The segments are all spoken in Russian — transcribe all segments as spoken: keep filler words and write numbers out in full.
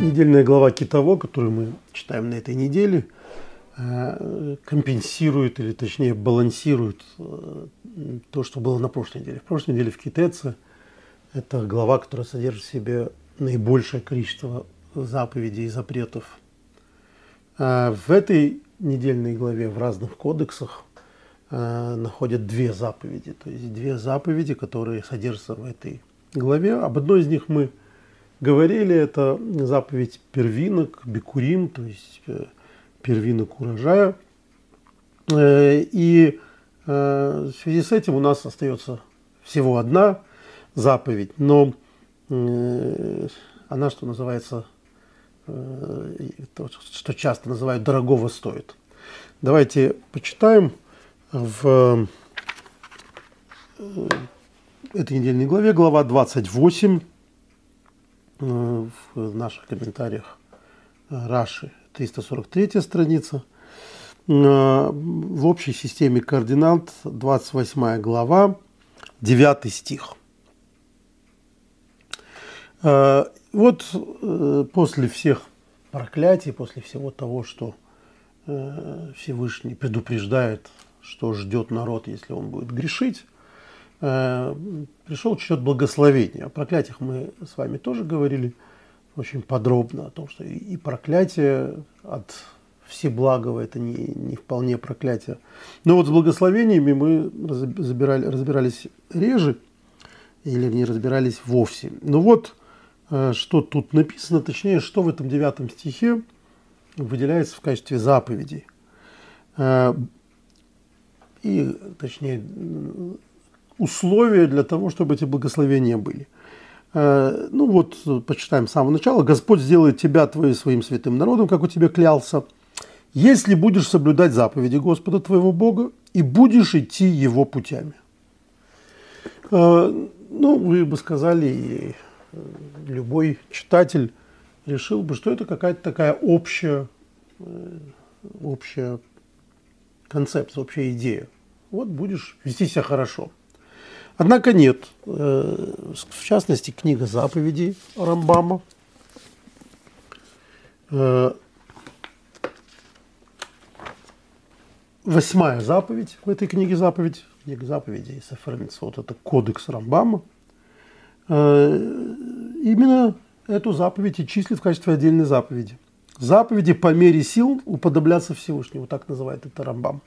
Недельная глава Китово, которую мы читаем на этой неделе, компенсирует, или точнее балансирует то, что было на прошлой неделе. В прошлой неделе в Китеце это глава, которая содержит в себе наибольшее количество заповедей и запретов. В этой недельной главе в разных кодексах находят две заповеди. То есть две заповеди, которые содержатся в этой главе. Об одной из них мы говорили, это заповедь первинок, бикурим, то есть первинок урожая. И в связи с этим у нас остается всего одна заповедь, но она, что называется, что часто называют дорогого стоит. Давайте почитаем в этой недельной главе, глава двадцать восемь, в наших комментариях Раши, триста сорок третья страница. В общей системе координат двадцать восьмая глава, девятый стих. Вот после всех проклятий, после всего того, что Всевышний предупреждает, что ждет народ, если он будет грешить, пришел черед благословения. О проклятиях мы с вами тоже говорили очень подробно, о том, что и проклятие от Всеблагого — это не, не вполне проклятие. Но вот с благословениями мы разбирали, разбирались реже, или не разбирались вовсе. Но вот что тут написано, точнее, что в этом девятом стихе выделяется в качестве заповедей. И, точнее, условия для того, чтобы эти благословения были. Ну вот, почитаем с самого начала. «Господь сделает тебя твоим своим святым народом, как у тебя клялся, если будешь соблюдать заповеди Господа твоего Бога и будешь идти его путями». Ну, вы бы сказали, и любой читатель решил бы, что это какая-то такая общая, общая концепция, общая идея. Вот будешь вести себя хорошо. Однако нет. В частности, книга заповедей Рамбама восьмая заповедь в этой книге заповедь, книга заповедей Сефер Мицвот, это кодекс Рамбама, именно эту заповедь и числит в качестве отдельной заповеди. Заповеди по мере сил уподобляться Всевышнему, так называет это Рамбам.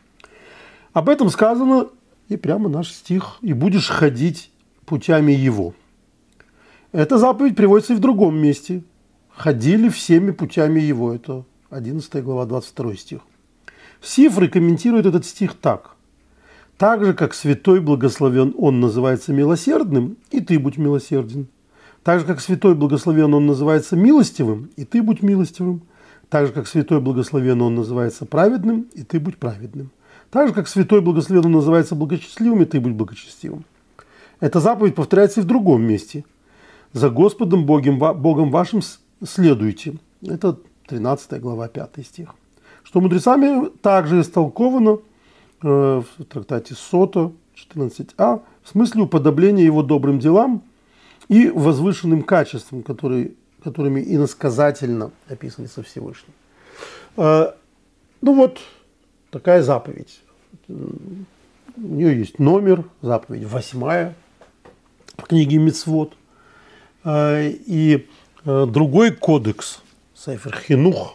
Об этом сказано, и прямо наш стих: «И будешь ходить путями его». Эта заповедь приводится и в другом месте. «Ходили всеми путями его». Это одиннадцатая глава, двадцать второй стих. Сифры комментируют этот стих так: «Так же, как святой благословен он называется милосердным, и ты будь милосерден. Так же, как святой благословен он называется милостивым, и ты будь милостивым. Так же, как святой благословен он называется праведным, и ты будь праведным. Так же, как святой благословен он называется благочестивым, и ты будь благочестивым». Эта заповедь повторяется и в другом месте. «За Господом Богом, Богом вашим следуйте». Это тринадцатая глава, пятый стих. Что мудрецами также истолковано э, в трактате Сота четырнадцать а в смысле уподобления его добрым делам и возвышенным качествам, которые, которыми иносказательно описаны со Всевышним. Э, ну вот такая заповедь. У нее есть номер, заповедь восьмая в книге Мицвот. Э, и э, другой кодекс, Сефер Хинух,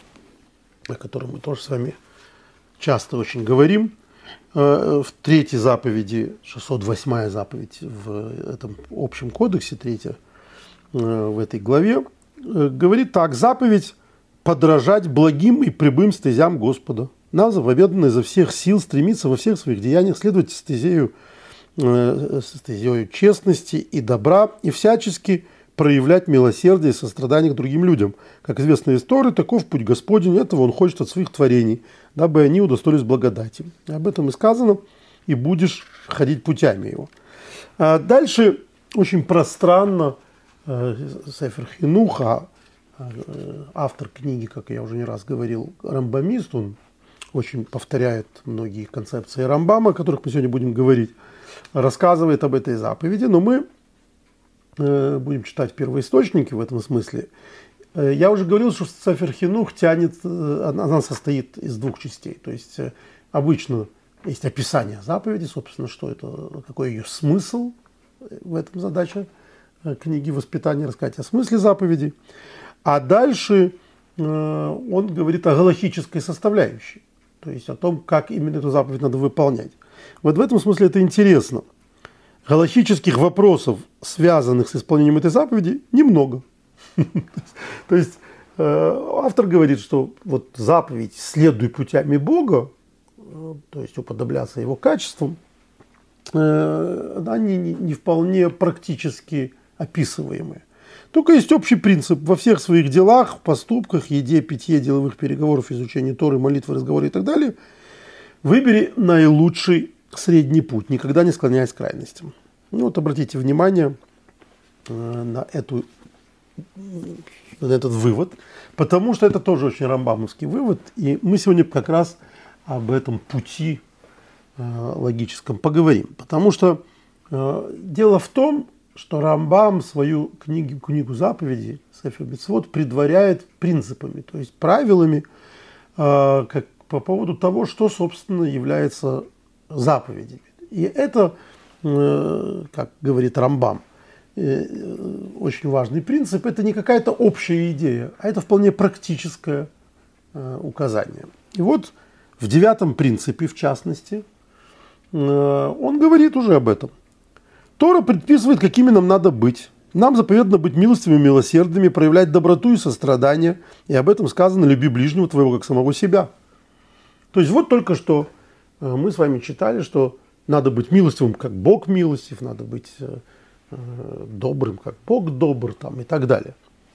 о котором мы тоже с вами часто очень говорим, в третьей заповеди, шестьсот восьмая заповедь в этом общем кодексе, третья в этой главе, говорит так: «Заповедь подражать благим и прямым стезям Господа. Нам заповедано изо всех сил стремиться во всех своих деяниях следовать стезею, стезею честности и добра и всячески проявлять милосердие и сострадание к другим людям. Как известно из Торы, таков путь Господень, этого он хочет от своих творений, дабы они удостоились благодати». Об этом и сказано: «И будешь ходить путями его». А дальше очень пространно Сефер Хинух, а автор книги, как я уже не раз говорил, рамбамист, он очень повторяет многие концепции Рамбама, о которых мы сегодня будем говорить, рассказывает об этой заповеди, но мы будем читать первоисточники в этом смысле. Я уже говорил, что Сефер Хинух тянет, она состоит из двух частей. То есть обычно есть описание заповеди, собственно, что это, какой ее смысл, в этом задача книги воспитания, рассказать о смысле заповедей. А дальше он говорит о галахической составляющей, то есть о том, как именно эту заповедь надо выполнять. Вот в этом смысле это интересно. Галахических вопросов, связанных с исполнением этой заповеди, немного. То есть автор говорит, что вот заповедь «следуй путями Бога», то есть уподобляться его качествам, она не, не вполне практически описываемая. Только есть общий принцип во всех своих делах, поступках, еде, питье, деловых переговорах, изучении Торы, молитвы, разговоры и так далее. Выбери наилучший средний путь, никогда не склоняясь к крайностям. Ну вот обратите внимание на, эту, на этот вывод, потому что это тоже очень рамбамовский вывод, и мы сегодня как раз об этом пути э, логическом поговорим. Потому что э, дело в том, что Рамбам свою книгу, книгу заповедей, Сефер Мицвот, предваряет принципами, то есть правилами э, как, по поводу того, что, собственно, является заповедями. И это, э, как говорит Рамбам, э, очень важный принцип, это не какая-то общая идея, а это вполне практическое э, указание. И вот в девятом принципе, в частности, он говорит уже об этом. Тора предписывает, какими нам надо быть. Нам заповедано быть милостивыми и милосердными, проявлять доброту и сострадание. И об этом сказано: люби ближнего твоего, как самого себя. То есть вот только что мы с вами читали, что надо быть милостивым, как Бог милостив, надо быть добрым, как Бог добр, там, и так далее.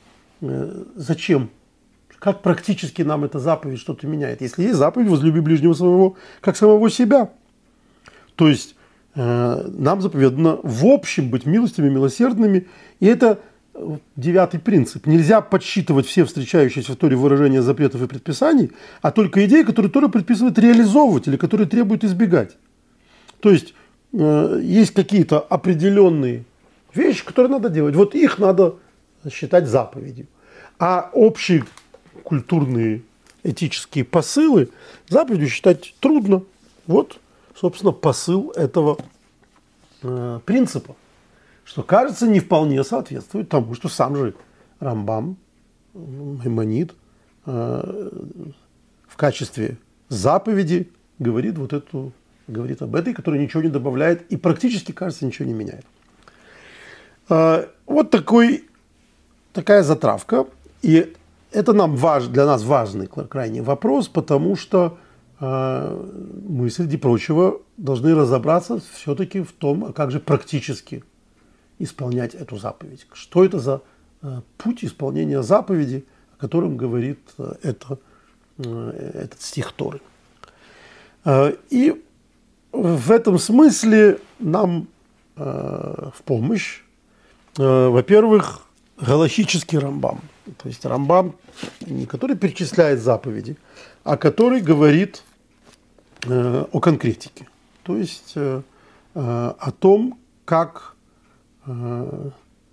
Зачем? Как практически нам эта заповедь что-то меняет? Если есть заповедь «возлюби ближнего своего, как самого себя». То есть э, нам заповедано в общем быть милостивыми, милосердными. И это девятый принцип. Нельзя подсчитывать все встречающиеся в Торе выражения запретов и предписаний, а только идеи, которые Тора предписывает реализовывать или которые требует избегать. То есть э, есть какие-то определенные вещи, которые надо делать. Вот их надо считать заповедью. А общие культурные, этические посылы заповедью считать трудно. Вот, собственно, посыл этого э, принципа, что, кажется, не вполне соответствует тому, что сам же Рамбам, Маймонид, э, в качестве заповеди говорит вот эту, говорит об этой, которая ничего не добавляет и практически, кажется, ничего не меняет. Э, вот такой, такая затравка. И это нам важ, для нас важный крайний вопрос, потому что э, мы, среди прочего, должны разобраться все-таки в том, а как же практически исполнять эту заповедь. Что это за э, путь исполнения заповеди, о котором говорит э, это, э, этот стих Торы. Э, и в этом смысле нам э, в помощь, э, во-первых, галахический Рамбам. То есть Рамбам, не который перечисляет заповеди, а который говорит э, о конкретике. То есть э, э, о том, как, э,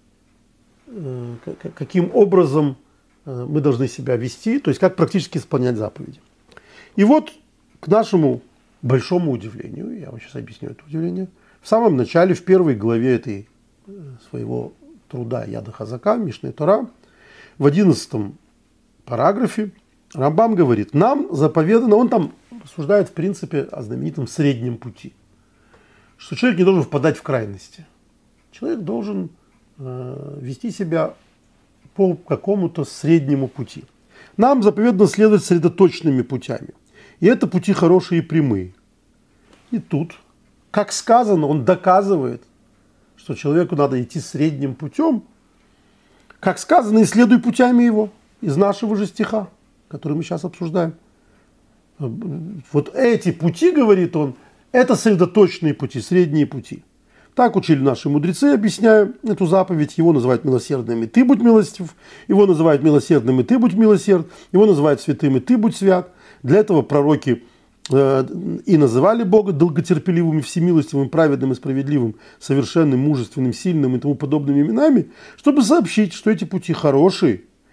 э, каким образом э, мы должны себя вести, то есть как практически исполнять заповеди. И вот, к нашему большому удивлению, я вам сейчас объясню это удивление, в самом начале, в первой главе этой э, своего труда Яда Хазака, Мишней Тора, в одиннадцатом параграфе Рамбам говорит: нам заповедано, он там рассуждает в принципе о знаменитом среднем пути, что человек не должен впадать в крайности. Человек должен э, вести себя по какому-то среднему пути. Нам заповедано следовать средоточными путями. И это пути хорошие и прямые. И тут, как сказано, он доказывает, что человеку надо идти средним путем, как сказано, исследуй путями его, из нашего же стиха, который мы сейчас обсуждаем. Вот эти пути, говорит он, это средоточные пути, средние пути. Так учили наши мудрецы, объясняя эту заповедь. Его называют милосердным, и ты будь милостив. Его называют милосердным, и ты будь милосерд. Его называют святым, и ты будь свят. Для этого пророки э, и называли Бога долготерпеливым, и всемилостивым, праведным и справедливым, совершенным, мужественным, сильным и тому подобными именами, чтобы сообщить, что эти пути хорошие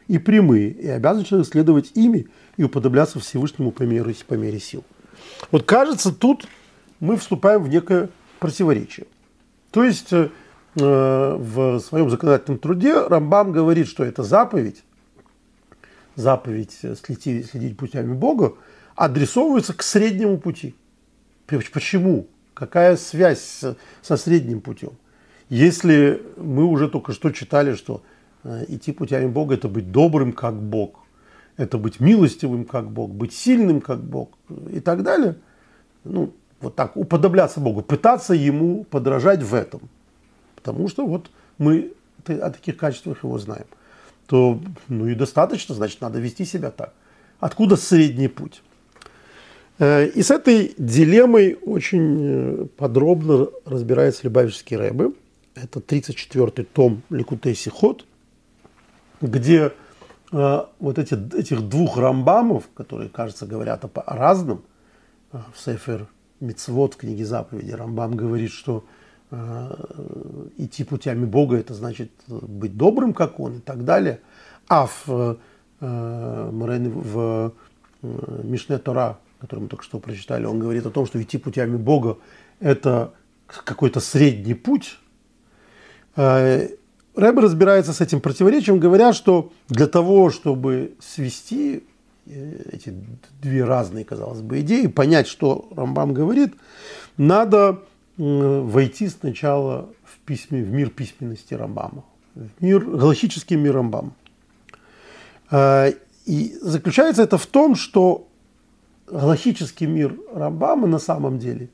и прямые, и обязан человек следовать ими и уподобляться Всевышнему по мере, по мере сил. Вот кажется, тут мы вступаем в некое противоречие. То есть э, в своем законодательном труде Рамбам говорит, что эта заповедь, заповедь следить, следить путями Бога, адресовывается к среднему пути. Почему? Какая связь со средним путем? Если мы уже только что читали, что идти путями Бога – это быть добрым, как Бог, это быть милостивым, как Бог, быть сильным, как Бог и так далее, ну, вот так, уподобляться Богу, пытаться Ему подражать в этом, потому что вот мы о таких качествах Его знаем, то ну и достаточно, значит, надо вести себя так. Откуда средний путь? И с этой дилеммой очень подробно разбирается Любавичский Ребе. Это тридцать четвёртый том Ликутей Сихот, где э, вот эти, этих двух рамбамов, которые, кажется, говорят о, о разном, э, в Сефер Мицвот, в книге заповеди, Рамбам говорит, что э, идти путями Бога – это значит быть добрым, как Он, и так далее. А в, э, в э, Мишне Тора, который мы только что прочитали, он говорит о том, что идти путями Бога – это какой-то средний путь. Ребе разбирается с этим противоречием, говоря, что для того, чтобы свести эти две разные, казалось бы, идеи, понять, что Рамбам говорит, надо войти сначала в, письме, в мир письменности Рамбама, в мир, галахический мир Рамбама. И заключается это в том, что галахический мир Рамбама на самом деле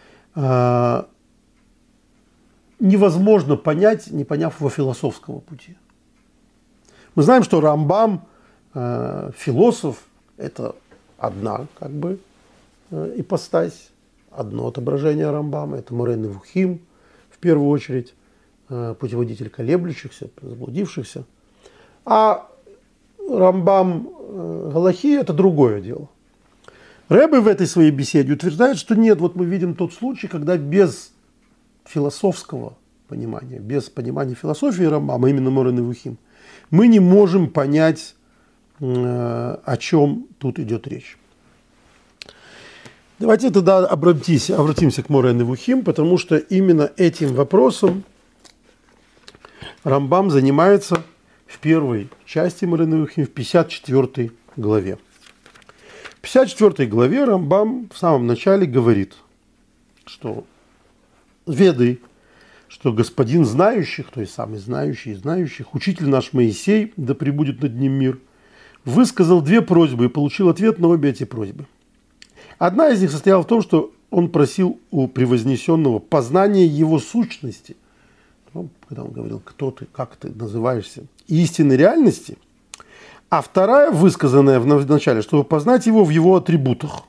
невозможно понять, не поняв его философского пути. Мы знаем, что Рамбам, э, философ, это одна как бы э, ипостась, одно отображение Рамбама, это Море Невухим, в первую очередь, э, путеводитель колеблющихся, заблудившихся. А Рамбам э, Галахи – это другое дело. Ребе в этой своей беседе утверждает, что нет, вот мы видим тот случай, когда без философского понимания, без понимания философии Рамбама, именно Море Невухим, мы не можем понять, э, о чем тут идет речь. Давайте тогда обратимся, обратимся к Море Невухим, потому что именно этим вопросом Рамбам занимается в первой части Море Невухим, в пятьдесят четвёртой главе. В пятьдесят четвёртой главе Рамбам в самом начале говорит, что ведай, что господин знающих, то есть самый знающий из знающих, учитель наш Моисей, да пребудет над ним мир, высказал две просьбы и получил ответ на обе эти просьбы. Одна из них состояла в том, что он просил у превознесенного познания его сущности, ну, когда он говорил, кто ты, как ты называешься, истинной реальности, а вторая, высказанная в начале, чтобы познать его в его атрибутах.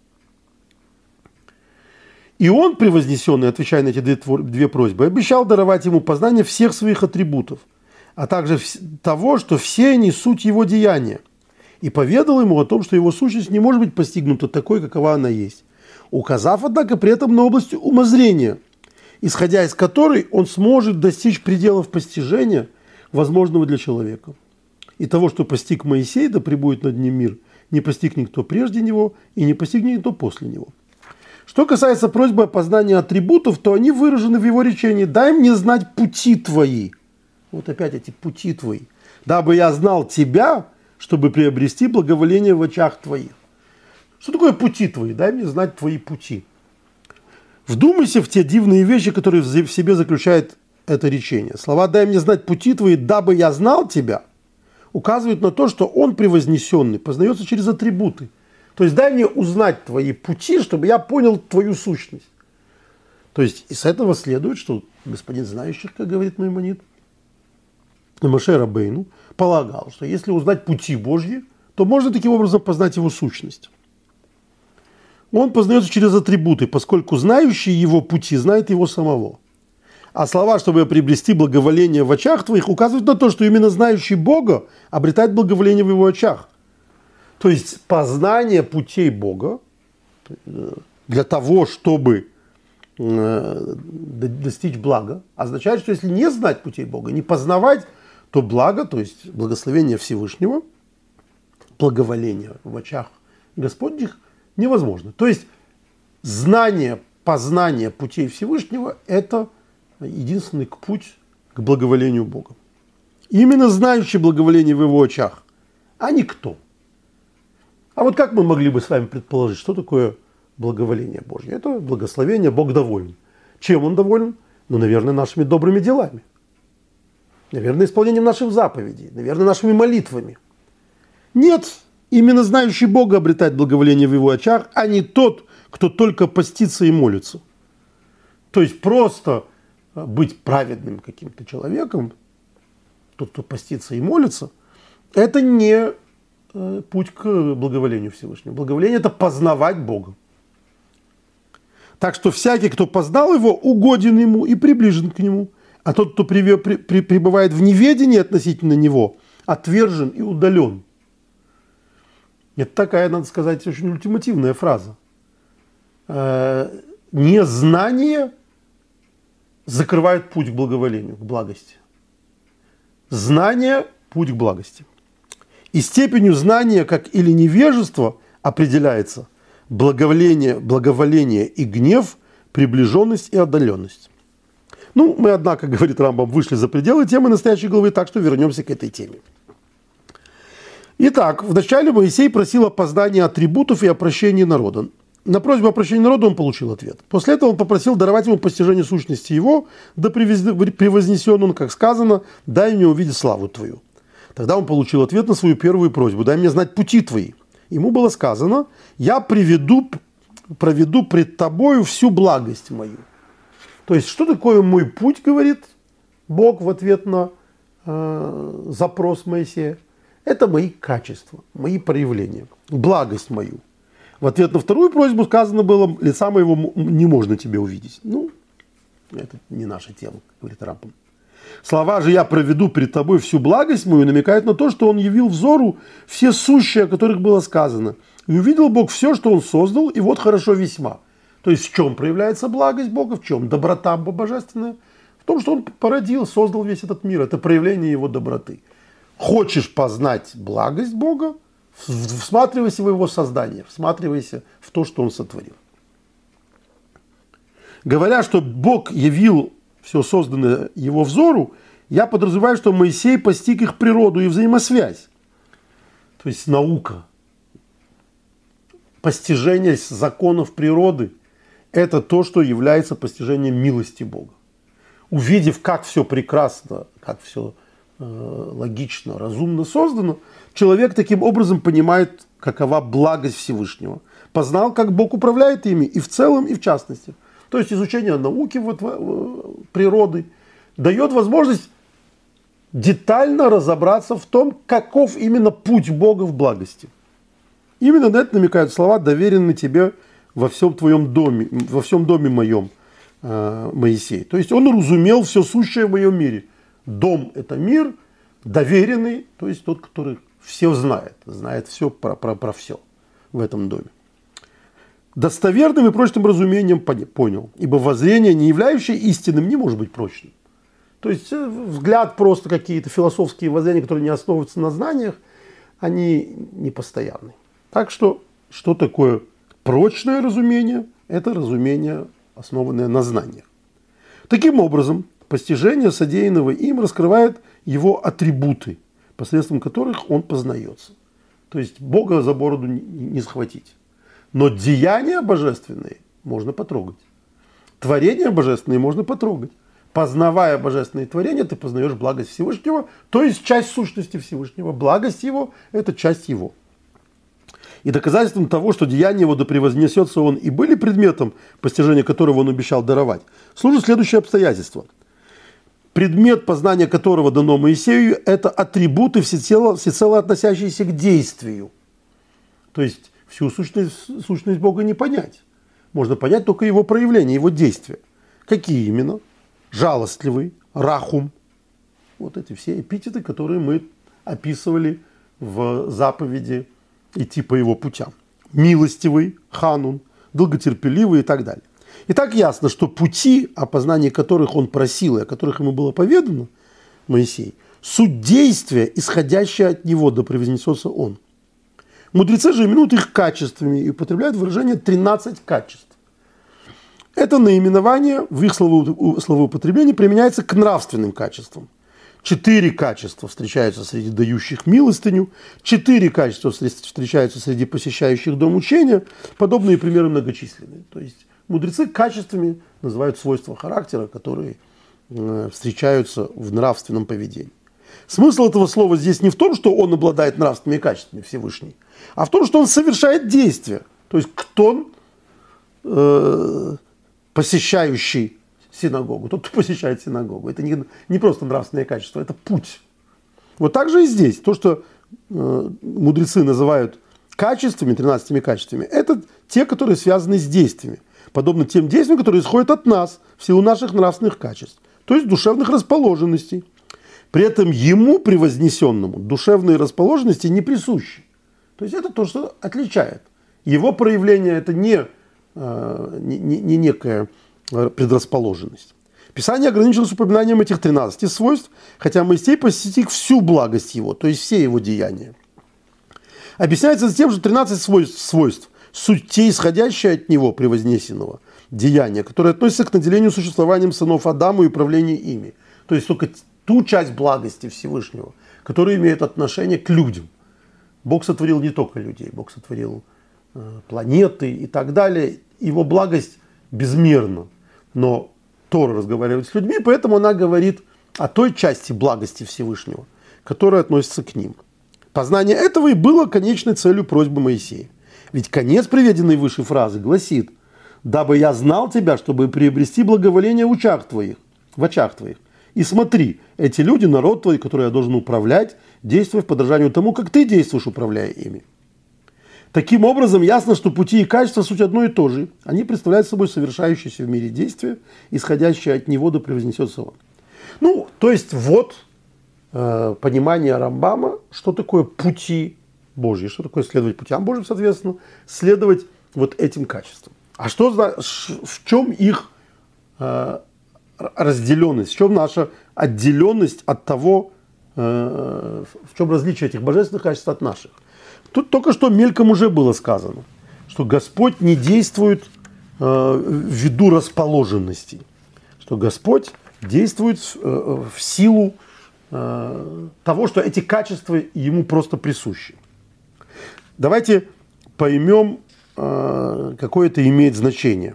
И он, превознесенный, отвечая на эти две просьбы, обещал даровать ему познание всех своих атрибутов, а также того, что все они суть его деяния, и поведал ему о том, что его сущность не может быть постигнута такой, какова она есть, указав, однако, при этом на область умозрения, исходя из которой он сможет достичь пределов постижения, возможного для человека. И того, что постиг Моисей, да пребудет над ним мир, не постиг никто прежде него и не постигнет никто после него. Что касается просьбы о познании атрибутов, то они выражены в его речении: «Дай мне знать пути твои». Вот опять эти пути твои. «Дабы я знал тебя, чтобы приобрести благоволение в очах твоих». Что такое пути твои? Дай мне знать твои пути. Вдумайся в те дивные вещи, которые в себе заключает это речение. Слова «дай мне знать пути твои, дабы я знал тебя» указывают на то, что он превознесенный познается через атрибуты. То есть дай мне узнать твои пути, чтобы я понял твою сущность. То есть из этого следует, что господин знающих, как говорит Маймонид, Моше Рабейну полагал, что если узнать пути Божьи, то можно таким образом познать его сущность. Он познается через атрибуты, поскольку знающий его пути знает его самого. А слова, чтобы приобрести благоволение в очах твоих, указывают на то, что именно знающий Бога обретает благоволение в его очах. То есть познание путей Бога для того, чтобы достичь блага, означает, что если не знать путей Бога, не познавать, то благо, то есть благословение Всевышнего, благоволение в очах Господних невозможно. То есть знание, познание путей Всевышнего – это единственный путь к благоволению Бога. Именно знающий благоволение в его очах, а не кто. А вот как мы могли бы с вами предположить, что такое благоволение Божье? Это благословение, Бог доволен. Чем Он доволен? Ну, наверное, нашими добрыми делами. Наверное, исполнением наших заповедей. Наверное, нашими молитвами. Нет, именно знающий Бога обретает благоволение в его очах, а не тот, кто только постится и молится. То есть просто быть праведным каким-то человеком, тот, кто постится и молится, это не путь к благоволению Всевышнего. Благоволение – это познавать Бога. Так что всякий, кто познал его, угоден ему и приближен к нему. А тот, кто пребывает в неведении относительно него, отвержен и удален. Это такая, надо сказать, очень ультимативная фраза. Незнание закрывает путь к благоволению, к благости. Знание – путь к благости. И степенью знания, как или невежества, определяется благоволение, благоволение и гнев, приближенность и отдаленность. Ну, мы, однако, говорит Рамбам, вышли за пределы темы настоящей главы, так что вернемся к этой теме. Итак, вначале Моисей просил о познании атрибутов и о прощении народа. На просьбу о прощении народа он получил ответ. После этого он попросил даровать ему постижение сущности его, да превознесен он, как сказано, дай мне увидеть славу твою. Тогда он получил ответ на свою первую просьбу, дай мне знать пути твои. Ему было сказано, я приведу, проведу пред тобою всю благость мою. То есть, что такое мой путь, говорит Бог в ответ на э, запрос Моисея? Это мои качества, мои проявления, благость мою. В ответ на вторую просьбу сказано было, лица моего не можно тебе увидеть. Ну, это не наша тема, говорит Рамбам. Слова же «я проведу перед тобой всю благость мою» намекают на то, что он явил взору все сущие, о которых было сказано. И увидел Бог все, что он создал, и вот хорошо весьма. То есть в чем проявляется благость Бога, в чем доброта божественная? В том, что он породил, создал весь этот мир. Это проявление его доброты. Хочешь познать благость Бога? Всматривайся в его создание, всматривайся в то, что он сотворил. Говоря, что Бог явил все созданное его взору, я подразумеваю, что Моисей постиг их природу и взаимосвязь. То есть наука, постижение законов природы – это то, что является постижением милости Бога. Увидев, как все прекрасно, как все э, логично, разумно создано, человек таким образом понимает, какова благость Всевышнего. Познал, как Бог управляет ими и в целом, и в частности. То есть изучение науки вот, природы дает возможность детально разобраться в том, каков именно путь Бога в благости. Именно на это намекают слова «доверены тебе во всем твоем доме, во всем доме моем, э, Моисей». То есть он разумел все сущее в моем мире. Дом – это мир, доверенный, то есть тот, который все знает, знает все про, про, про все в этом доме. Достоверным и прочным разумением понял, ибо воззрение, не являющее истинным, не может быть прочным. То есть взгляд, просто какие-то философские воззрения, которые не основываются на знаниях, они не постоянны. Так что, что такое прочное разумение? Это разумение, основанное на знаниях. Таким образом, постижение содеянного им раскрывает его атрибуты, посредством которых он познается. То есть Бога за бороду не схватить. Но деяния божественные можно потрогать. Творения божественные можно потрогать. Познавая божественные творения, ты познаешь благость Всевышнего, то есть часть сущности Всевышнего. Благость его – это часть его. И доказательством того, что деяния его да превознесется он и были предметом, постижения которого он обещал даровать, служит следующее обстоятельство. Предмет, познания которого дано Моисею, это атрибуты, всецело, всецело относящиеся к действию. То есть всю сущность, сущность Бога не понять. Можно понять только его проявление, его действия. Какие именно? Жалостливый, рахум. Вот эти все эпитеты, которые мы описывали в заповеди идти по его путям. Милостивый, ханун, долготерпеливый и так далее. И так ясно, что пути, о познании которых он просил и о которых ему было поведано, Моисей, суть действия, исходящее от него, да превознесется он. Мудрецы же именуют их качествами и употребляют выражение «тринадцать качеств». Это наименование в их словоупотреблении применяется к нравственным качествам. Четыре качества встречаются среди дающих милостыню, четыре качества встречаются среди посещающих дом учения, подобные примеры многочисленные. То есть мудрецы качествами называют свойства характера, которые э, встречаются в нравственном поведении. Смысл этого слова здесь не в том, что он обладает нравственными качествами Всевышний, а в том, что он совершает действия. То есть кто э, посещающий синагогу, тот, кто посещает синагогу. Это не, не просто нравственное качество, это путь. Вот так же и здесь. То, что э, мудрецы называют качествами, тринадцатью качествами, это те, которые связаны с действиями. Подобно тем действиям, которые исходят от нас в силу наших нравственных качеств. То есть душевных расположенностей. При этом ему, превознесенному, душевные расположенности не присущи. То есть это то, что отличает. Его проявление – это не, э, не, не некая предрасположенность. Писание ограничилось упоминанием этих тринадцати свойств, хотя Моисей постиг всю благость его, то есть все его деяния. Объясняется тем, что тринадцать свойств, свойств суть те, исходящие от него, превознесенного деяния, которые относятся к наделению существованием сынов Адама и управлению ими. То есть только ту часть благости Всевышнего, которая имеет отношение к людям. Бог сотворил не только людей, Бог сотворил э, планеты и так далее. Его благость безмерна. Но Тора разговаривает с людьми, поэтому она говорит о той части благости Всевышнего, которая относится к ним. Познание этого и было конечной целью просьбы Моисея. Ведь конец приведенной выше фразы гласит: «Дабы я знал тебя, чтобы приобрести благоволение в очах твоих, в очах твоих. И смотри, эти люди, народ твой, который я должен управлять, действуя в подражанию тому, как ты действуешь, управляя ими». Таким образом, ясно, что пути и качества суть одно и то же. Они представляют собой совершающиеся в мире действия, исходящие от него, да превознесется он. Ну, то есть, вот э, понимание Рамбама, что такое пути Божьи, что такое следовать путям Божьим, соответственно, следовать вот этим качествам. А что, в чем их э, разделенность, в чем наша отделенность от того, э, в чем различие этих божественных качеств от наших? Тут только что мельком уже было сказано, что Господь не действует э, ввиду расположенности, что Господь действует э, в силу э, того, что эти качества ему просто присущи. Давайте поймем, э, какое это имеет значение.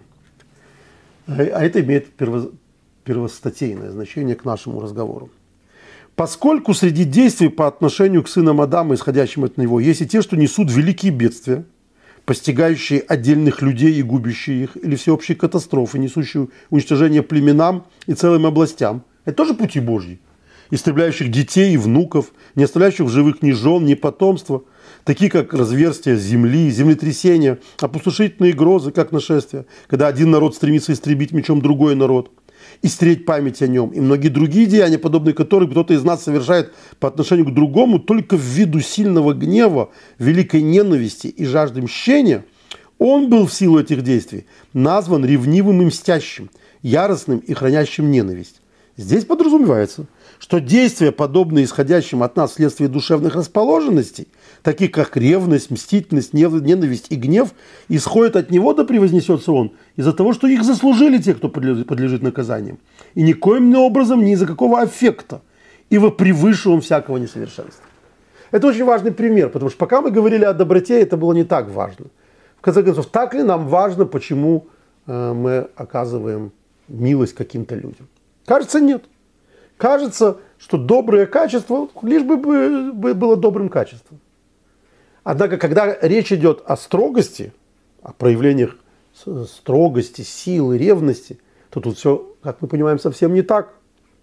А это имеет перво, первостатейное значение к нашему разговору. Поскольку среди действий по отношению к сынам Адама, исходящим от него, есть и те, что несут великие бедствия, постигающие отдельных людей и губящие их, или всеобщие катастрофы, несущие уничтожение племенам и целым областям, это тоже пути Божьи, истребляющих детей и внуков, не оставляющих в живых ни жен, ни потомства, такие как разверстия земли, землетрясения, опустошительные грозы, как нашествия, когда один народ стремится истребить мечом другой народ, и стереть память о нем, и многие другие деяния, подобные которым кто-то из нас совершает по отношению к другому, только ввиду сильного гнева, великой ненависти и жажды мщения, он был в силу этих действий назван ревнивым и мстящим, яростным и хранящим ненависть. Здесь подразумевается, что действия, подобные исходящим от нас вследствие душевных расположенностей, такие как ревность, мстительность, ненависть и гнев, исходят от него, да превознесется он, из-за того, что их заслужили те, кто подлежит наказаниям. И никоим образом не из-за какого аффекта, ибо превыше он всякого несовершенства. Это очень важный пример, потому что пока мы говорили о доброте, это было не так важно. В конце концов, так ли нам важно, почему э, мы оказываем милость каким-то людям? Кажется, нет. Кажется, что доброе качество, лишь бы было добрым качеством. Однако, когда речь идет о строгости, о проявлениях строгости, силы, ревности, то тут все, как мы понимаем, совсем не так.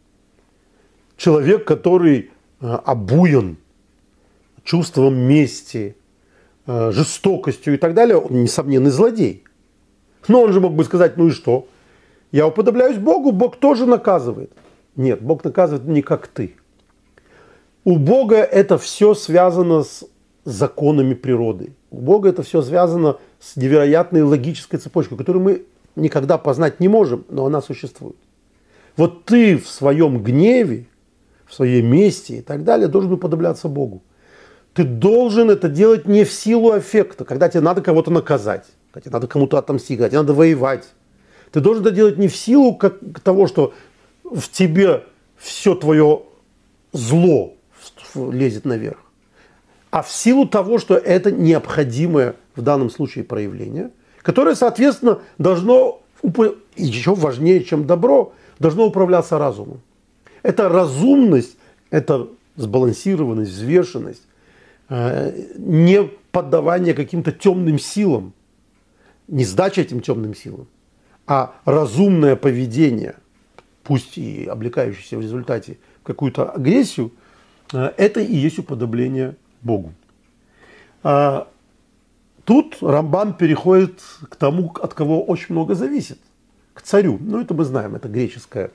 Человек, который обуян чувством мести, жестокостью и так далее, он, несомненный злодей. Но он же мог бы сказать: ну и что? Я уподобляюсь Богу, Бог тоже наказывает. Нет, Бог наказывает не как ты. У Бога это все связано с законами природы. У Бога это все связано с невероятной логической цепочкой, которую мы никогда познать не можем, но она существует. Вот ты в своем гневе, в своей мести и так далее, должен уподобляться Богу. Ты должен это делать не в силу аффекта, когда тебе надо кого-то наказать, когда тебе надо кому-то отомстить, когда тебе надо воевать. Ты должен это делать не в силу как, того, что в тебе все твое зло лезет наверх, а в силу того, что это необходимое в данном случае проявление, которое, соответственно, должно, еще важнее, чем добро, должно управляться разумом. Это разумность, это сбалансированность, взвешенность, не поддавание каким-то темным силам, не сдача этим темным силам, а разумное поведение, пусть и облекающееся в результате в какую-то агрессию, это и есть уподобление Богу. Тут Рамбан переходит к тому, от кого очень много зависит, к царю. Ну, это мы знаем, это греческая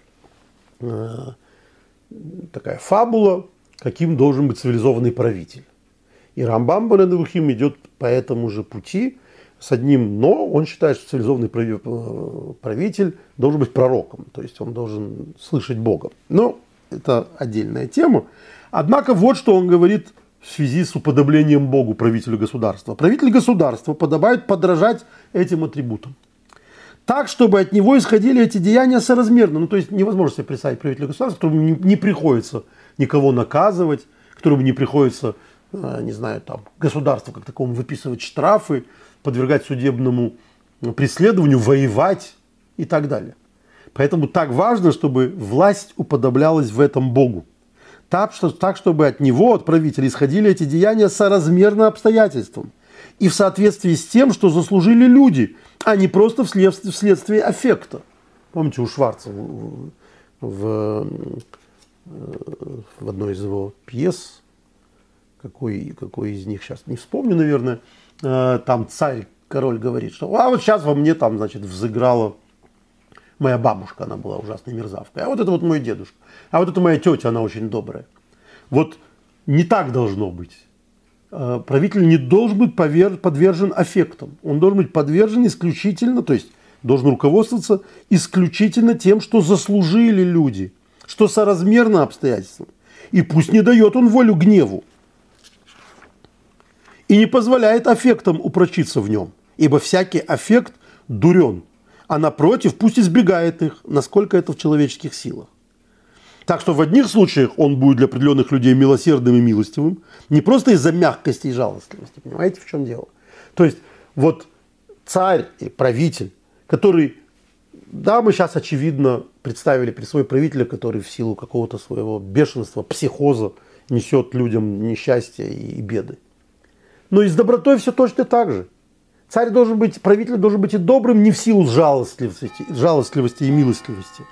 такая фабула, каким должен быть цивилизованный правитель. И Рамбам Морэ Невухим идет по этому же пути с одним «но». Он считает, что цивилизованный правитель должен быть пророком, то есть он должен слышать Бога. Но это отдельная тема. Однако вот что он говорит в связи с уподоблением Богу правителю государства. Правитель государства подобает подражать этим атрибутам, так, чтобы от него исходили эти деяния соразмерно. Ну, то есть невозможно себе представить правителя государства, которому не, не приходится никого наказывать, которому не приходится, не знаю, там, государству как такому выписывать штрафы, подвергать судебному преследованию, воевать и так далее. Поэтому так важно, чтобы власть уподоблялась в этом Богу. Так, что, так чтобы от него, от правителя, исходили эти деяния соразмерно обстоятельствам и в соответствии с тем, что заслужили люди, а не просто вследствие, вследствие аффекта. Помните, у Шварца в, в, в одной из его пьес, какой, какой из них сейчас не вспомню, наверное, там царь, король говорит, что а вот сейчас во мне там, значит, взыграла моя бабушка, она была ужасной мерзавкой, а вот это вот мой дедушка, а вот это моя тетя, она очень добрая. Вот не так должно быть. Правитель не должен быть подвержен аффектам. Он должен быть подвержен исключительно, то есть должен руководствоваться исключительно тем, что заслужили люди, что соразмерно обстоятельствам. И пусть не дает он волю гневу. И не позволяет аффектам упрочиться в нем, ибо всякий аффект дурен, а напротив, пусть избегает их, насколько это в человеческих силах. Так что в одних случаях он будет для определенных людей милосердным и милостивым, не просто из-за мягкости и жалостливости. Понимаете, в чем дело? То есть вот царь и правитель, который, да, мы сейчас очевидно представили при свой правителя, который в силу какого-то своего бешенства, психоза несет людям несчастье и беды. Но и с добротой все точно так же. Царь должен быть, правитель должен быть и добрым не в силу жалостливости, жалостливости и милостливости.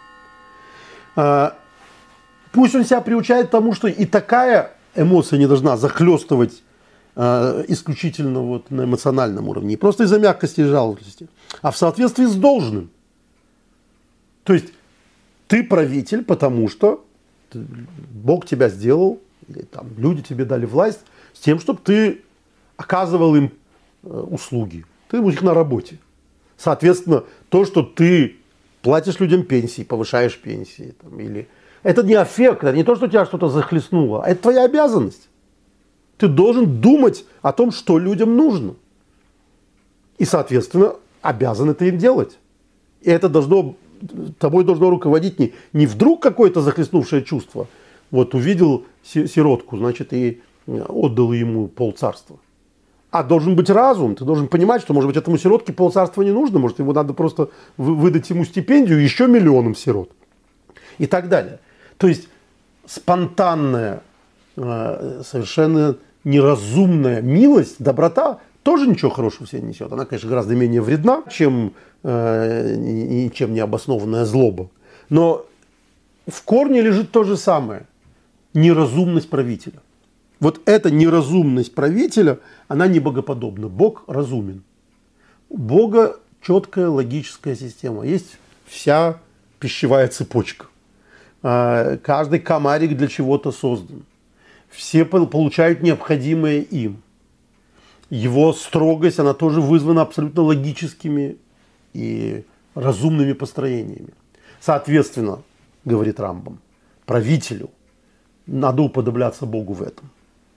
Пусть он себя приучает к тому, что и такая эмоция не должна захлестывать э, исключительно вот на эмоциональном уровне. Не просто из-за мягкости и жалостливости, а в соответствии с должным. То есть ты правитель, потому что Бог тебя сделал, или там, люди тебе дали власть, с тем, чтобы ты оказывал им э, услуги. Ты у них на работе. Соответственно, то, что ты платишь людям пенсии, повышаешь пенсии, там, или... Это не аффект, это не то, что тебя что-то захлестнуло, а это твоя обязанность. Ты должен думать о том, что людям нужно. И, соответственно, обязан это им делать. И это должно, тобой должно руководить не, не вдруг какое-то захлестнувшее чувство. Вот увидел сиротку, значит, и отдал ему полцарства. А должен быть разум, ты должен понимать, что, может быть, этому сиротке полцарства не нужно, может, ему надо просто выдать ему стипендию еще миллионам сирот. И так далее. То есть спонтанная, совершенно неразумная милость, доброта тоже ничего хорошего в себе несет. Она, конечно, гораздо менее вредна, чем ничем не обоснованная злоба. Но в корне лежит то же самое. Неразумность правителя. Вот эта неразумность правителя, она не богоподобна. Бог разумен. У Бога четкая логическая система. Есть вся пищевая цепочка. Каждый комарик для чего-то создан. Все получают необходимое им. Его строгость, она тоже вызвана абсолютно логическими и разумными построениями. Соответственно, говорит Рамбам, правителю надо уподобляться Богу в этом.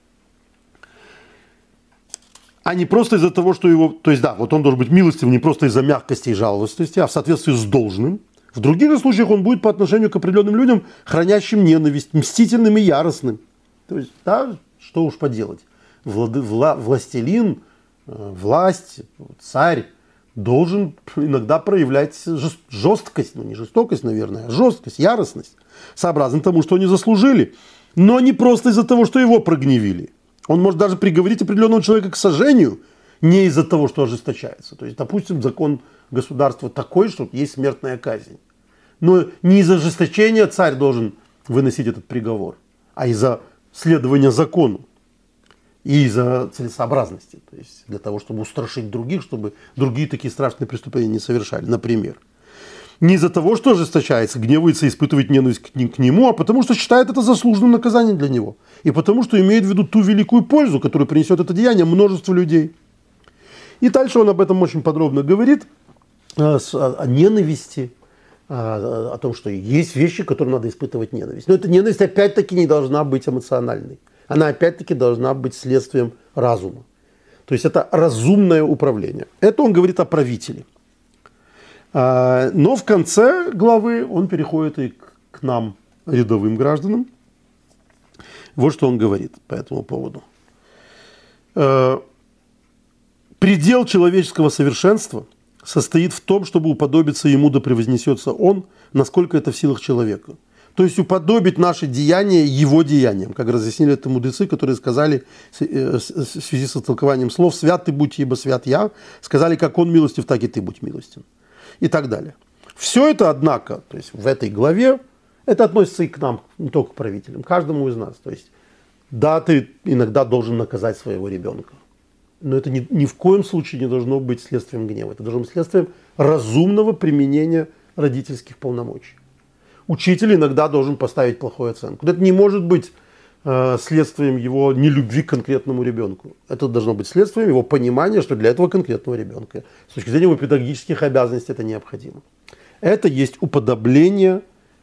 А не просто из-за того, что его... То есть, да, вот он должен быть милостивым не просто из-за мягкости и жалостности, а в соответствии с должным. В других случаях он будет по отношению к определенным людям, хранящим ненависть, мстительным и яростным. То есть, да, что уж поделать. Влады, вла, властелин, э, власть, царь должен иногда проявлять жесткость, ну не жестокость, наверное, а жесткость, яростность, сообразно тому, что они заслужили. Но не просто из-за того, что его прогневили. Он может даже приговорить определенного человека к сожжению не из-за того, что ожесточается. То есть, допустим, закон государства такой, что есть смертная казнь. Но не из-за ожесточения царь должен выносить этот приговор, а из-за следования закону и из-за целесообразности. То есть для того, чтобы устрашить других, чтобы другие такие страшные преступления не совершали. Например. Не из-за того, что ожесточается, гневается и испытывает ненависть к нему, а потому что считает это заслуженным наказанием для него. И потому что имеет в виду ту великую пользу, которую принесет это деяние множеству людей. И дальше он об этом очень подробно говорит, о ненависти, о том, что есть вещи, которые надо испытывать ненависть. Но эта ненависть опять-таки не должна быть эмоциональной. Она опять-таки должна быть следствием разума. То есть это разумное управление. Это он говорит о правителе. Но в конце главы он переходит и к нам, рядовым гражданам. Вот что он говорит по этому поводу. Предел человеческого совершенства состоит в том, чтобы уподобиться ему, да превознесется он, насколько это в силах человека. То есть уподобить наши деяния его деяниям, как разъяснили это мудрецы, которые сказали в связи с толкованием слов «свят ты будь, ибо свят я», сказали, как он милостив, так и ты будь милостив. И так далее. Все это, однако, то есть в этой главе, это относится и к нам, не только к правителям, к каждому из нас. То есть, да, ты иногда должен наказать своего ребенка, но это ни, ни в коем случае не должно быть следствием гнева. Это должно быть следствием разумного применения родительских полномочий. Учитель иногда должен поставить плохую оценку. Это не может быть э, следствием его нелюбви к конкретному ребенку. Это должно быть следствием его понимания, что для этого конкретного ребенка с точки зрения его педагогических обязанностей это необходимо. Это есть уподобление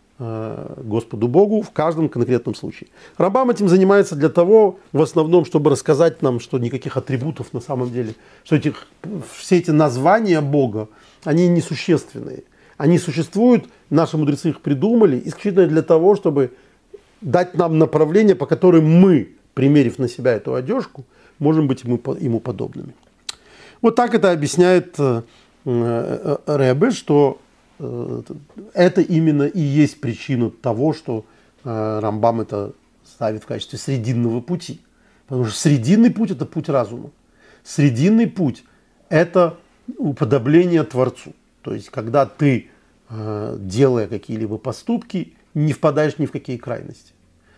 э, Господу Богу в каждом конкретном случае. Рамбам этим занимается для того, в основном, чтобы рассказать нам, что никаких атрибутов на самом деле, что этих, все эти названия Бога, они несущественные. Они существуют, наши мудрецы их придумали исключительно для того, чтобы дать нам направление, по которым мы, примерив на себя эту одежку, можем быть ему, ему подобными. Вот так это объясняет э, э, Ребе, что э, это именно и есть причина того, что э, Рамбам это ставит в качестве срединного пути. Потому что срединный путь – это путь разума. Срединный путь – это уподобление Творцу. То есть, когда ты, делая какие-либо поступки, не впадаешь ни в какие крайности.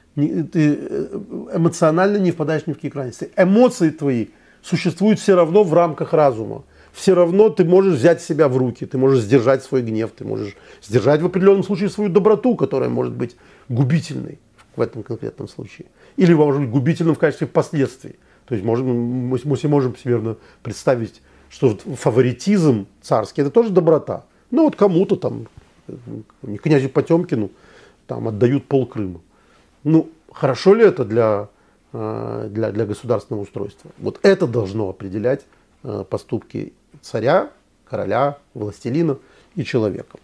Ты эмоционально не впадаешь ни в какие крайности. Эмоции твои существуют все равно в рамках разума. Все равно ты можешь взять себя в руки, ты можешь сдержать свой гнев, ты можешь сдержать в определенном случае свою доброту, которая может быть губительной в этом конкретном случае. Или может быть губительным в качестве последствий. То есть можем, мы, мы себе можем примерно представить, что фаворитизм царский – это тоже доброта. Ну вот кому-то там, князю Потемкину, там отдают пол Крыма. Ну, хорошо ли это для, для, для государственного устройства? Вот это должно определять поступки царя, короля, властелина и человека.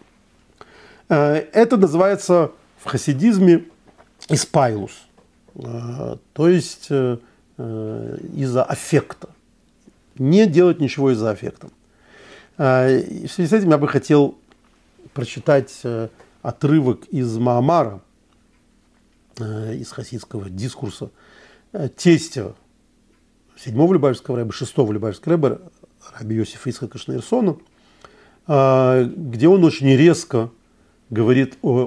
Это называется в хасидизме испайлус, то есть из-за аффекта. Не делать ничего из-за аффекта. В связи с этим я бы хотел прочитать отрывок из Маамара, из хасидского дискурса тестя седьмого Любавичского рэба, шестого Любавичского рэба, раби Йосифа Ицхака Шнейрсона, где он очень резко говорит о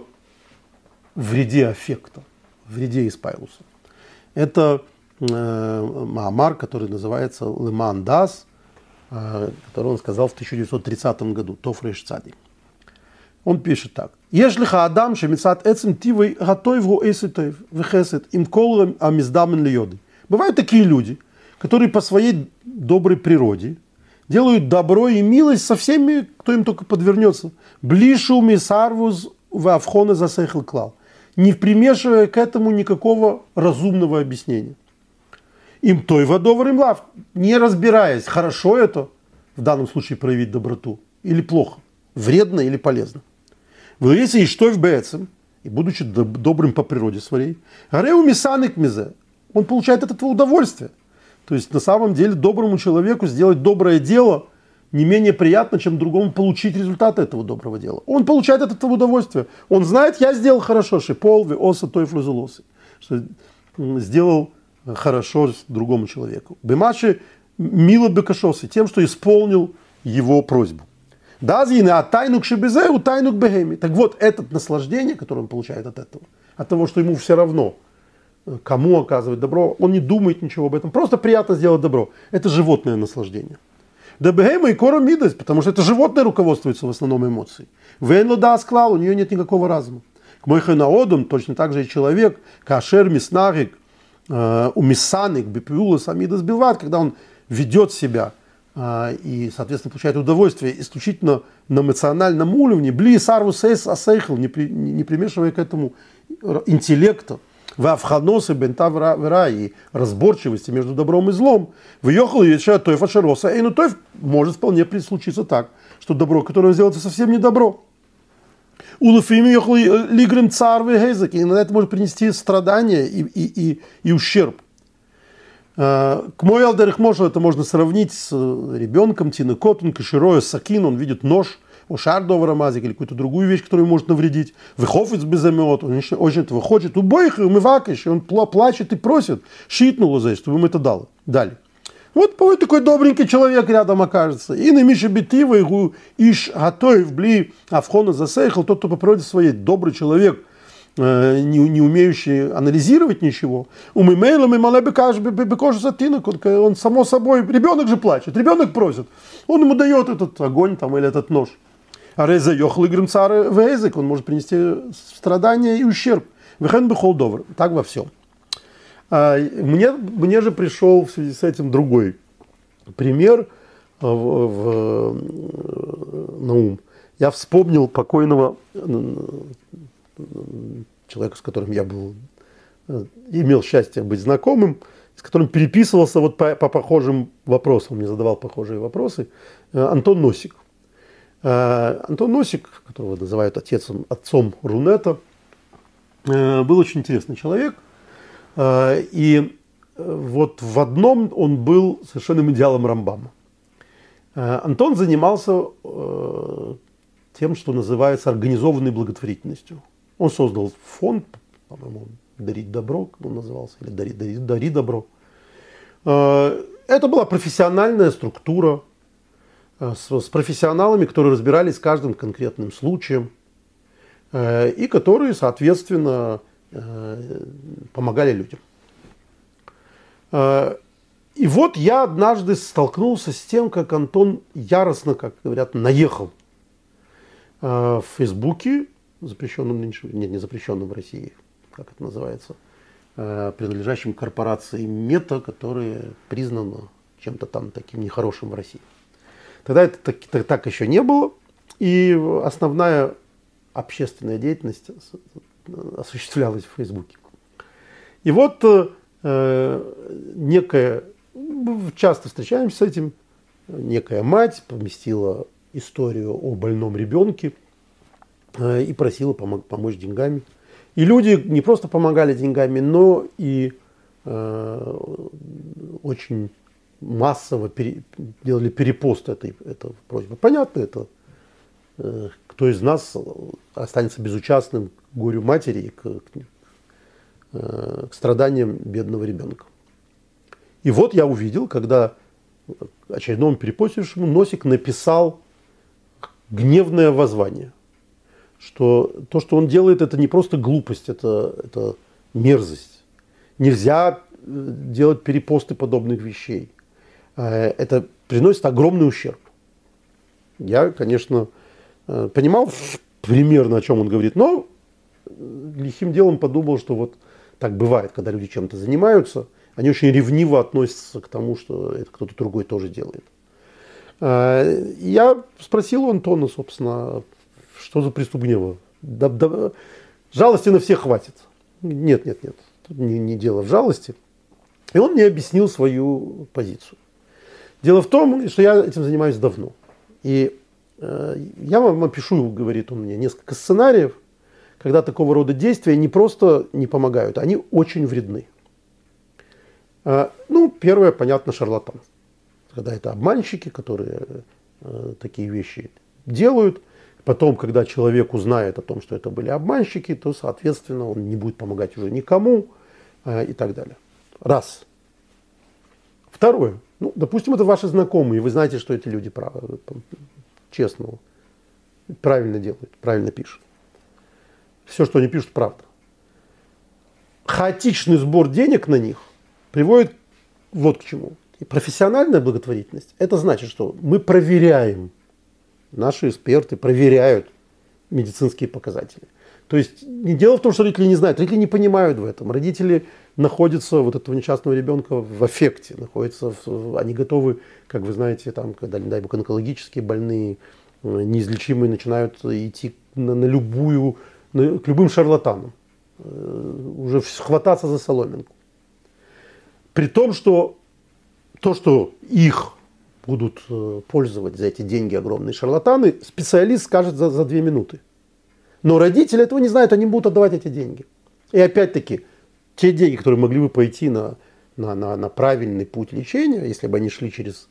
вреде аффекта, вреде испайлуса. Это Маамар, который называется «Леман дас», который он сказал в тысяча девятьсот тридцатом году, Тоф рейш цадик. Он пишет так. «Еш лиха адам шемицат эцем тивой гатойв го эситойв вехесет им колрем амиздамен льоды». Бывают такие люди, которые по своей доброй природе делают добро и милость со всеми, кто им только подвернется. «Блишу мисарвуз в авхоне засехл клал». не примешивая к этому никакого разумного объяснения. Им той водовар им лав, не разбираясь, хорошо это в данном случае проявить доброту или плохо, вредно или полезно. Вы если и что в бецем, и будучи добрым по природе своей, гареу мисаник мизе, он получает от этого удовольствие. То есть на самом деле доброму человеку сделать доброе дело не менее приятно, чем другому получить результат этого доброго дела. Он получает от этого удовольствие. Он знает, я сделал хорошо, шиполви, оса, той флузулосы, что сделал хорошо другому человеку. Бемаши мило бекашосы, тем, что исполнил его просьбу. Дазгины от тайнук шибезе, у тайнук бегеми. Так вот, это наслаждение, которое он получает от этого, от того, что ему все равно, кому оказывать добро, он не думает ничего об этом. Просто приятно сделать добро. Это животное наслаждение. Да бегема и кора мидас, потому что это животное руководствуется в основном эмоцией. Вейнло да склал, у нее нет никакого разума. К мойхай наодом, точно так же и человек, кашер миснарик, у миссаник, бипиула самидас билват, когда он ведет себя и, соответственно, получает удовольствие исключительно на эмоциональном уровне, бли сарву сейс асейхл, не примешивая к этому интеллекта, в авханосе бента вера и разборчивости между добром и злом, в йохал еще той фашероса, и ну той может вполне случиться так, что добро, которое он сделал, это совсем не добро. Улуфими йохал лигрем царвы гейзак, и иногда это может принести страдания и, и, и, и ущерб. К мой алдерих мошел это можно сравнить с ребенком, тинекотун, каширою, сакин, он видит нож, ошардовый рамазик или какую-то другую вещь, которая может навредить. Выхофиц безамет, он очень этого хочет, убоих и умывакаешь, и он плачет и просит, шитнуло за чтобы ему это дало, дали. Вот вот такой добренький человек рядом окажется. И на Миша Бетива, иш готов бли авхона засейхал, тот, кто по природе своей добрый человек, не, не умеющий анализировать ничего. У мимейлом и малебекаш бекош сатинок, он само собой, ребенок же плачет, ребенок просит, он ему дает этот огонь там или этот нож. А реза йохл игрем цары вейзек, он может принести страдания и ущерб. Вехен бехол добр, так во всем. Мне, мне же пришел в связи с этим другой пример в, в, на ум. Я вспомнил покойного человека, с которым я был, имел счастье быть знакомым, с которым переписывался вот по, по похожим вопросам, он мне задавал похожие вопросы, Антон Носик. Антон Носик, которого называют отцом, отцом Рунета, был очень интересный человек. И вот в одном он был совершенным идеалом Рамбама. Антон занимался тем, что называется организованной благотворительностью. Он создал фонд, по-моему, «Дарить добро», как он назывался, или «Дари, дари, дари добро». Это была профессиональная структура с, с профессионалами, которые разбирались с каждым конкретным случаем и которые, соответственно, помогали людям. И вот я однажды столкнулся с тем, как Антон яростно, как говорят, наехал в Фейсбуке, запрещенном нынче, нет, не запрещенном в России, как это называется, принадлежащим корпорации Мета, которая признана чем-то там таким нехорошим в России. Тогда это так, так, так еще не было, и основная общественная деятельность осуществлялась в Фейсбуке. И вот э, некая, часто встречаемся с этим, некая мать поместила историю о больном ребенке э, и просила пом- помочь деньгами. И люди не просто помогали деньгами, но и э, очень массово пере, делали перепост этой, этой просьбы. Понятно, это э, кто из нас останется безучастным к горю матери и к, к, э, к страданиям бедного ребенка. И вот я увидел, когда очередному перепостившему Носик написал гневное воззвание, что то, что он делает, это не просто глупость, это, это мерзость. Нельзя делать перепосты подобных вещей. Это приносит огромный ущерб. Я, конечно, понимал примерно, о чем он говорит, но лихим делом подумал, что вот так бывает, когда люди чем-то занимаются, они очень ревниво относятся к тому, что это кто-то другой тоже делает. Я спросил у Антона, собственно, что за приступ гнева. Да, да, Жалости на всех хватит. Нет, нет, нет. Тут не, не дело в жалости. И он мне объяснил свою позицию. Дело в том, что я этим занимаюсь давно. И э, я вам опишу, говорит он мне, несколько сценариев, когда такого рода действия не просто не помогают, они очень вредны. Э, ну, первое, понятно, шарлатан. Когда это обманщики, которые э, такие вещи делают. Потом, когда человек узнает о том, что это были обманщики, то, соответственно, он не будет помогать уже никому э, и так далее. Раз. Второе. Ну, допустим, это ваши знакомые, и вы знаете, что эти люди правы, честно, правильно делают, правильно пишут. Все, что они пишут, правда. Хаотичный сбор денег на них приводит вот к чему. И профессиональная благотворительность, это значит, что мы проверяем, наши эксперты проверяют медицинские показатели. То есть не дело в том, что родители не знают, родители не понимают в этом. Родители находятся, вот этого несчастного ребенка, в аффекте, находятся, в, они готовы, как вы знаете, там, когда, не дай бог, онкологические больные, неизлечимые, начинают идти на, на любую, на, к любым шарлатанам, уже хвататься за соломинку. При том, что то, что их будут пользовать за эти деньги огромные шарлатаны, специалист скажет за, за две минуты. Но родители этого не знают, они будут отдавать эти деньги. И опять-таки, те деньги, которые могли бы пойти на, на, на, на правильный путь лечения, если бы они шли через,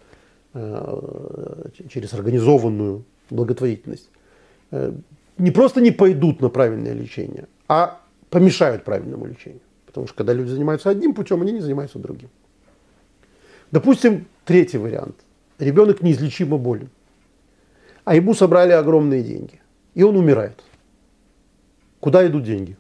э, через организованную благотворительность, э, не просто не пойдут на правильное лечение, а помешают правильному лечению. Потому что когда люди занимаются одним путем, они не занимаются другим. Допустим, третий вариант. Ребенок неизлечимо болен, а ему собрали огромные деньги, и он умирает. Куда идут деньги?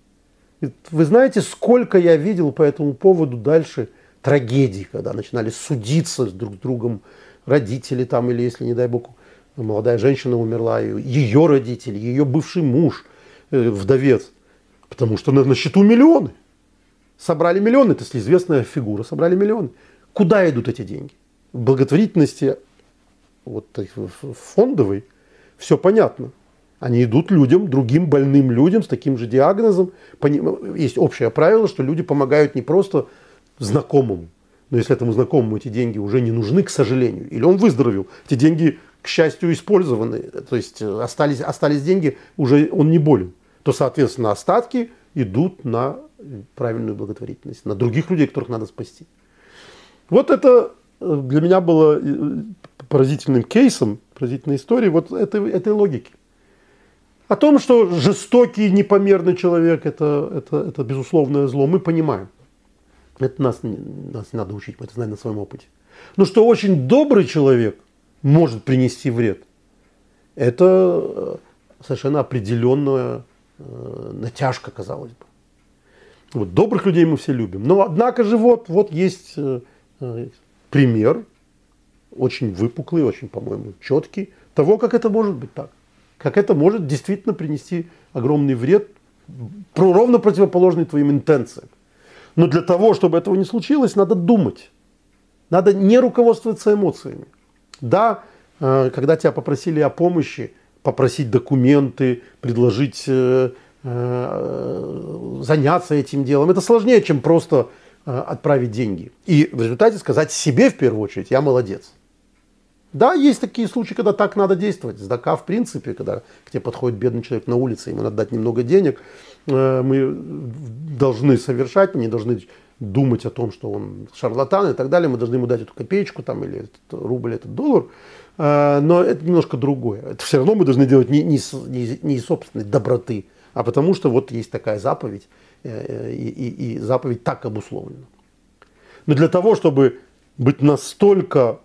Вы знаете, сколько я видел по этому поводу дальше трагедий, когда начинали судиться с друг с другом родители там, или если, не дай бог, молодая женщина умерла, ее родители, ее бывший муж, вдовец, потому что на, на счету миллионы. Собрали миллионы, это если известная фигура, собрали миллионы. Куда идут эти деньги? В благотворительности, вот фондовой, все понятно. Они идут людям, другим больным людям с таким же диагнозом. Есть общее правило, что люди помогают не просто знакомому, но если этому знакомому эти деньги уже не нужны, к сожалению, или он выздоровел, эти деньги, к счастью, использованы, то есть остались, остались деньги, уже он не болен, то, соответственно, остатки идут на правильную благотворительность, на других людей, которых надо спасти. Вот это для меня было поразительным кейсом, поразительной историей вот этой, этой логики. О том, что жестокий, непомерный человек это, это, это безусловное зло, мы понимаем. Это нас, нас не надо учить, мы это знаем на своем опыте. Но что очень добрый человек может принести вред, это совершенно определенная э, натяжка, казалось бы. Вот, добрых людей мы все любим. Но однако же вот, вот есть э, э, пример, очень выпуклый, очень, по-моему, четкий, того, как это может быть так. Как это может действительно принести огромный вред, ровно противоположный твоим интенциям. Но для того, чтобы этого не случилось, надо думать. Надо не руководствоваться эмоциями. Да, когда тебя попросили о помощи, попросить документы, предложить заняться этим делом, это сложнее, чем просто отправить деньги. И в результате сказать себе в первую очередь: я молодец. Да, есть такие случаи, когда так надо действовать. Сдака, в принципе, когда к тебе подходит бедный человек на улице, ему надо дать немного денег, мы должны совершать, мы не должны думать о том, что он шарлатан и так далее. Мы должны ему дать эту копеечку там, или этот рубль, этот доллар. Но это немножко другое. Это все равно мы должны делать не, не, не из собственной доброты, а потому что вот есть такая заповедь, и, и, и заповедь так обусловлена. Но для того, чтобы быть настолько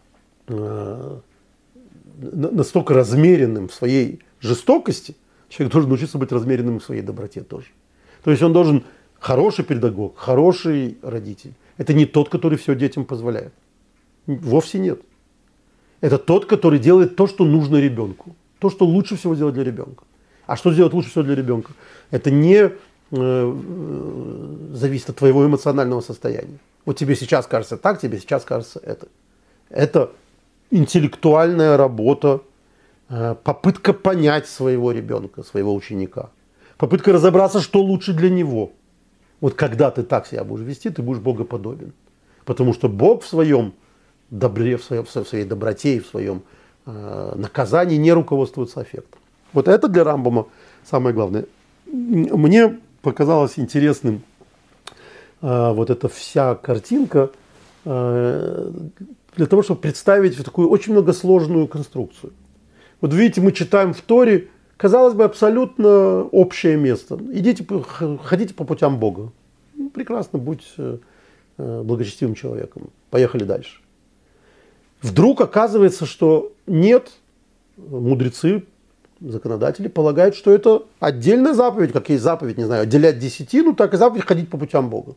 настолько размеренным в своей жестокости, человек должен научиться быть размеренным в своей доброте тоже. То есть он должен хороший педагог, хороший родитель. Это не тот, который все детям позволяет. Вовсе нет. Это тот, который делает то, что нужно ребенку. То, что лучше всего делать для ребенка. А что сделать лучше всего для ребенка? Это не э, зависит от твоего эмоционального состояния. Вот тебе сейчас кажется так, тебе сейчас кажется это. Это интеллектуальная работа, попытка понять своего ребенка, своего ученика. попытка разобраться, что лучше для него. Вот когда ты так себя будешь вести, ты будешь богоподобен. Потому что Бог в своем добре, в, своем, в своей доброте и в своем э, наказании не руководствуется аффектом. Вот это для Рамбама самое главное. Мне показалось интересным э, вот эта вся картинка э, для того, чтобы представить такую очень многосложную конструкцию. Вот видите, мы читаем в Торе, казалось бы, абсолютно общее место. Идите, ходите по путям Бога. Ну, прекрасно, будь э, благочестивым человеком. Поехали дальше. Вдруг оказывается, что нет, мудрецы, законодатели полагают, что это отдельная заповедь, как есть заповедь, не знаю, отделять десятину, так и заповедь ходить по путям Бога.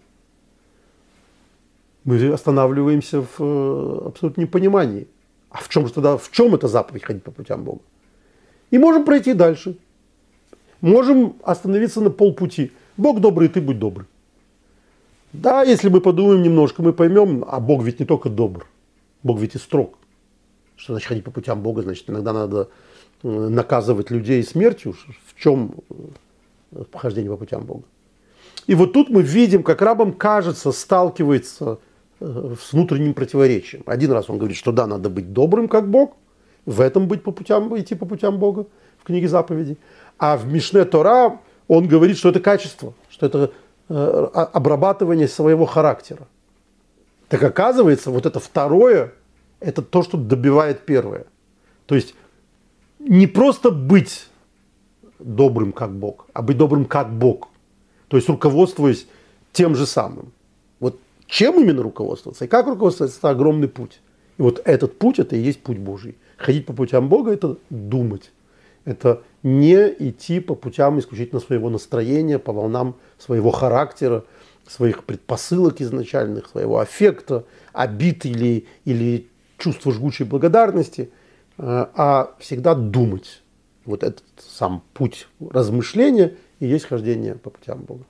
Мы останавливаемся в э, абсолютном непонимании. А в чем же тогда, в чем эта заповедь ходить по путям Бога? И можем пройти дальше. Можем остановиться на полпути. Бог добрый, ты будь добрый. Да, если мы подумаем немножко, мы поймем, а Бог ведь не только добр, Бог ведь и строг. Что значит ходить по путям Бога? Значит, иногда надо наказывать людей смертью. В чем похождение по путям Бога? И вот тут мы видим, как рабам, кажется, сталкивается с внутренним противоречием. Один раз он говорит, что да, надо быть добрым, как Бог, в этом быть по путям, идти по путям Бога, в книге заповедей. А в Мишне Тора он говорит, что это качество, что это э, обрабатывание своего характера. Так оказывается, вот это второе, это то, что добивает первое. То есть не просто быть добрым, как Бог, а быть добрым, как Бог. То есть руководствуясь тем же самым. Вот чем именно руководствоваться и как руководствоваться, это огромный путь. И вот этот путь, это и есть путь Божий. Ходить по путям Бога – это думать. Это не идти по путям исключительно своего настроения, по волнам своего характера, своих предпосылок изначальных, своего аффекта, обид или, или чувства жгучей благодарности, а всегда думать. Вот этот сам путь размышления и есть хождение по путям Бога.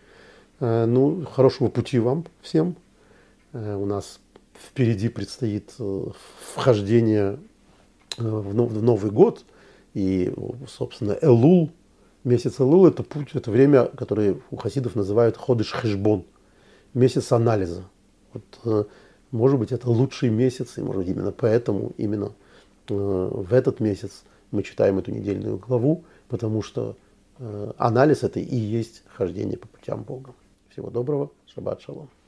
Ну, хорошего пути вам всем. У нас впереди предстоит вхождение в Новый год. И, собственно, Элул, месяц Элул – это путь, это время, которое у хасидов называют ходыш хешбон, месяц анализа. Вот, может быть, это лучший месяц, и, может быть, именно поэтому, именно в этот месяц мы читаем эту недельную главу, потому что анализ – это и есть хождение по путям Бога. Всего доброго, шаббат шалом.